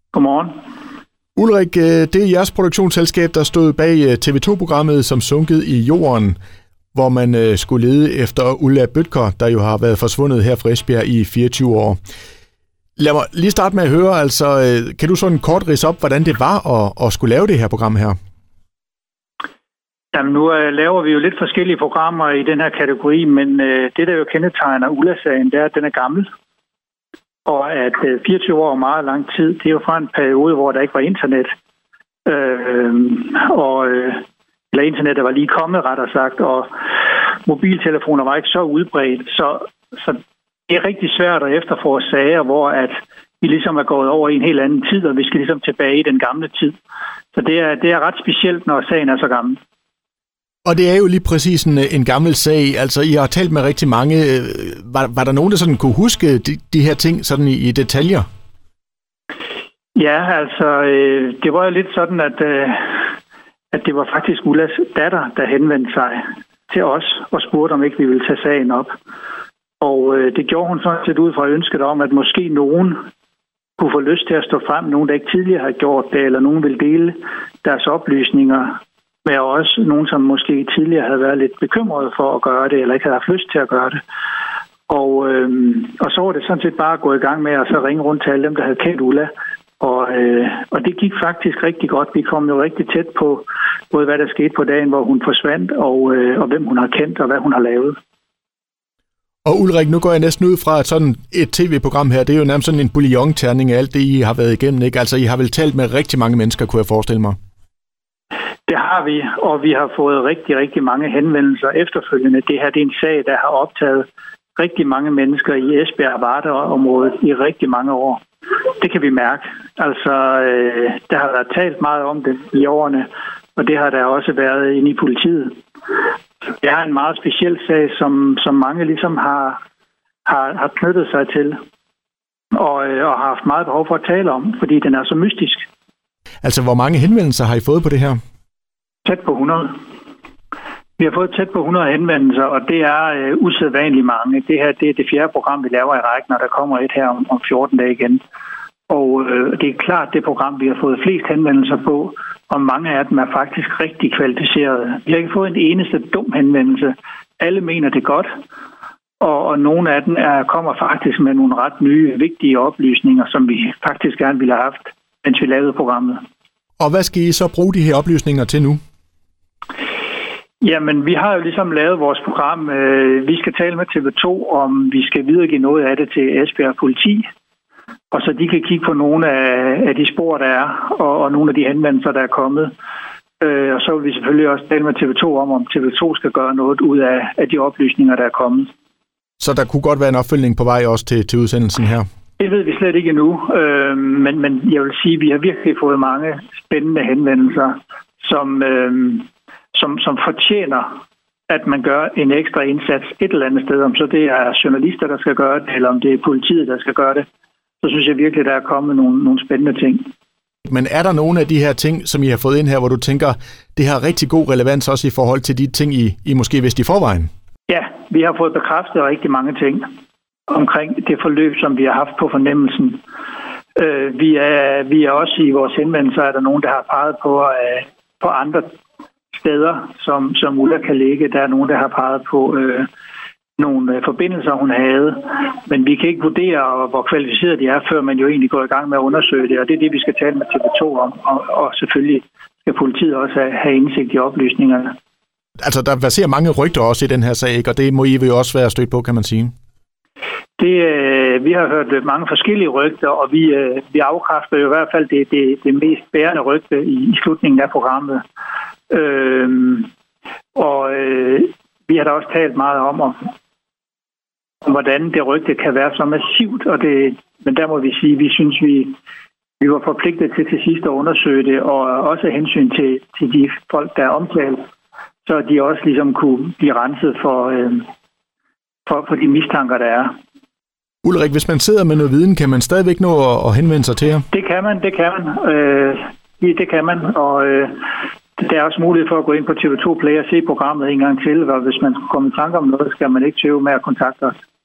Godmorgen. Ulrik, det er jeres produktionsselskab, der stod bag TV2-programmet Som sunket i jorden, hvor man skulle lede efter Ulla Bødker, der jo har været forsvundet her fra Esbjerg i 24 år. Lad mig lige starte med at høre, altså, kan du sådan kort ridse op, hvordan det var at skulle lave det her program her? Jamen, nu laver vi jo lidt forskellige programmer i den her kategori, men det, der jo kendetegner Ulla-sagen, det er, at den er gammel. Og at 24 år er meget lang tid, det er jo fra en periode, hvor der ikke var internet. Eller internettet var lige kommet, rettere sagt, og mobiltelefoner var ikke så udbredt. Så det er rigtig svært at efterforske sager, hvor at vi ligesom er gået over i en helt anden tid, og vi skal ligesom tilbage i den gamle tid. Så det er ret specielt, når sagen er så gammel. Og det er jo lige præcis en gammel sag. Altså, I har talt med rigtig mange. Var der nogen, der sådan kunne huske de her ting sådan i detaljer? Ja, altså, det var jo lidt sådan, at det var faktisk Ullas datter, der henvendte sig til os og spurgte, om ikke vi ville tage sagen op. Og det gjorde hun sådan set ud fra ønsket om, at måske nogen kunne få lyst til at stå frem, nogen der ikke tidligere har gjort det, eller nogen vil dele deres oplysninger med os, nogen som måske tidligere havde været lidt bekymrede for at gøre det, eller ikke havde haft lyst til at gøre det. Og så var det sådan set bare at gå i gang med at så ringe rundt til alle dem, der havde kendt Ulla. Og det gik faktisk rigtig godt. Vi kom jo rigtig tæt på både hvad der skete på dagen, hvor hun forsvandt, og hvem hun har kendt, og hvad hun har lavet. Og Ulrik, nu går jeg næsten ud fra, at sådan et tv-program her, det er jo nærmest sådan en bouillon-terning af alt det, I har været igennem, ikke? Altså, I har vel talt med rigtig mange mennesker, kunne jeg forestille mig. Det har vi, og vi har fået rigtig, rigtig mange henvendelser efterfølgende. Det her det er en sag, der har optaget rigtig mange mennesker i Esbjerg og Varde-området i rigtig mange år. Det kan vi mærke. Altså, der har været talt meget om det i årene, og det har der også været inde i politiet. Det er en meget speciel sag, som mange ligesom har knyttet sig til, og har haft meget behov for at tale om, fordi den er så mystisk. Altså, hvor mange henvendelser har I fået på det her? Tæt på 100. Vi har fået tæt på 100 henvendelser, og det er usædvanligt mange. Det her det er det 4. program, vi laver i rækken, og der kommer et her om 14 dage igen. Og det er klart det program, vi har fået flest henvendelser på, og mange af dem er faktisk rigtig kvalificerede. Vi har ikke fået en eneste dum henvendelse. Alle mener det godt, og nogle af dem kommer faktisk med nogle ret nye, vigtige oplysninger, som vi faktisk gerne ville have haft, mens vi lavede programmet. Og hvad skal I så bruge de her oplysninger til nu? Jamen, vi har jo ligesom lavet vores program. Vi skal tale med TV2, om vi skal videregive noget af det til Esbjerg Politi, og så de kan kigge på nogle af de spor, der er, og nogle af de henvendelser, der er kommet. Og så vil vi selvfølgelig også tale med TV2 om TV2 skal gøre noget ud af de oplysninger, der er kommet. Så der kunne godt være en opfølgning på vej også til udsendelsen her? Det ved vi slet ikke endnu, men jeg vil sige, at vi har virkelig fået mange spændende henvendelser, som fortjener, at man gør en ekstra indsats et eller andet sted. Om så det er journalister, der skal gøre det, eller om det er politiet, der skal gøre det, så synes jeg virkelig, der er kommet nogle spændende ting. Men er der nogle af de her ting, som I har fået ind her, hvor du tænker, det har rigtig god relevans også i forhold til de ting, I måske vidste i forvejen? Ja, vi har fået bekræftet rigtig mange ting omkring det forløb, som vi har haft på fornemmelsen. Vi er også i vores henvendelser, er der nogen, der har peget på andre steder, som Ulla kan ligge. Der er nogen, der har peget på nogle forbindelser, hun havde. Men vi kan ikke vurdere, hvor kvalificerede de er, før man jo egentlig går i gang med at undersøge det. Og det er det, vi skal tale med TV2 om. Og selvfølgelig skal politiet også have indsigt i oplysningerne. Altså, der verserer mange rygter også i den her sag, ikke? Og det må I jo også være stødt på, kan man sige. Vi har hørt mange forskellige rygter, og vi afkræfter jo i hvert fald det mest bærende rygte i slutningen af programmet. Vi har da også talt meget om hvordan det rygte kan være så massivt, men der må vi sige, at vi synes, vi var forpligtet til sidst at undersøge det, og også hensyn til de folk, der er omtalt, så de også ligesom kunne blive renset for de mistanker, der er. Ulrik, hvis man sidder med noget viden, kan man stadigvæk nå at henvende sig til jer? Det kan man. Det kan man, og der er også mulighed for at gå ind på TV2 Play og se programmet en gang til, og hvis man skulle komme i tanke om noget, skal man ikke tøve med at kontakte os.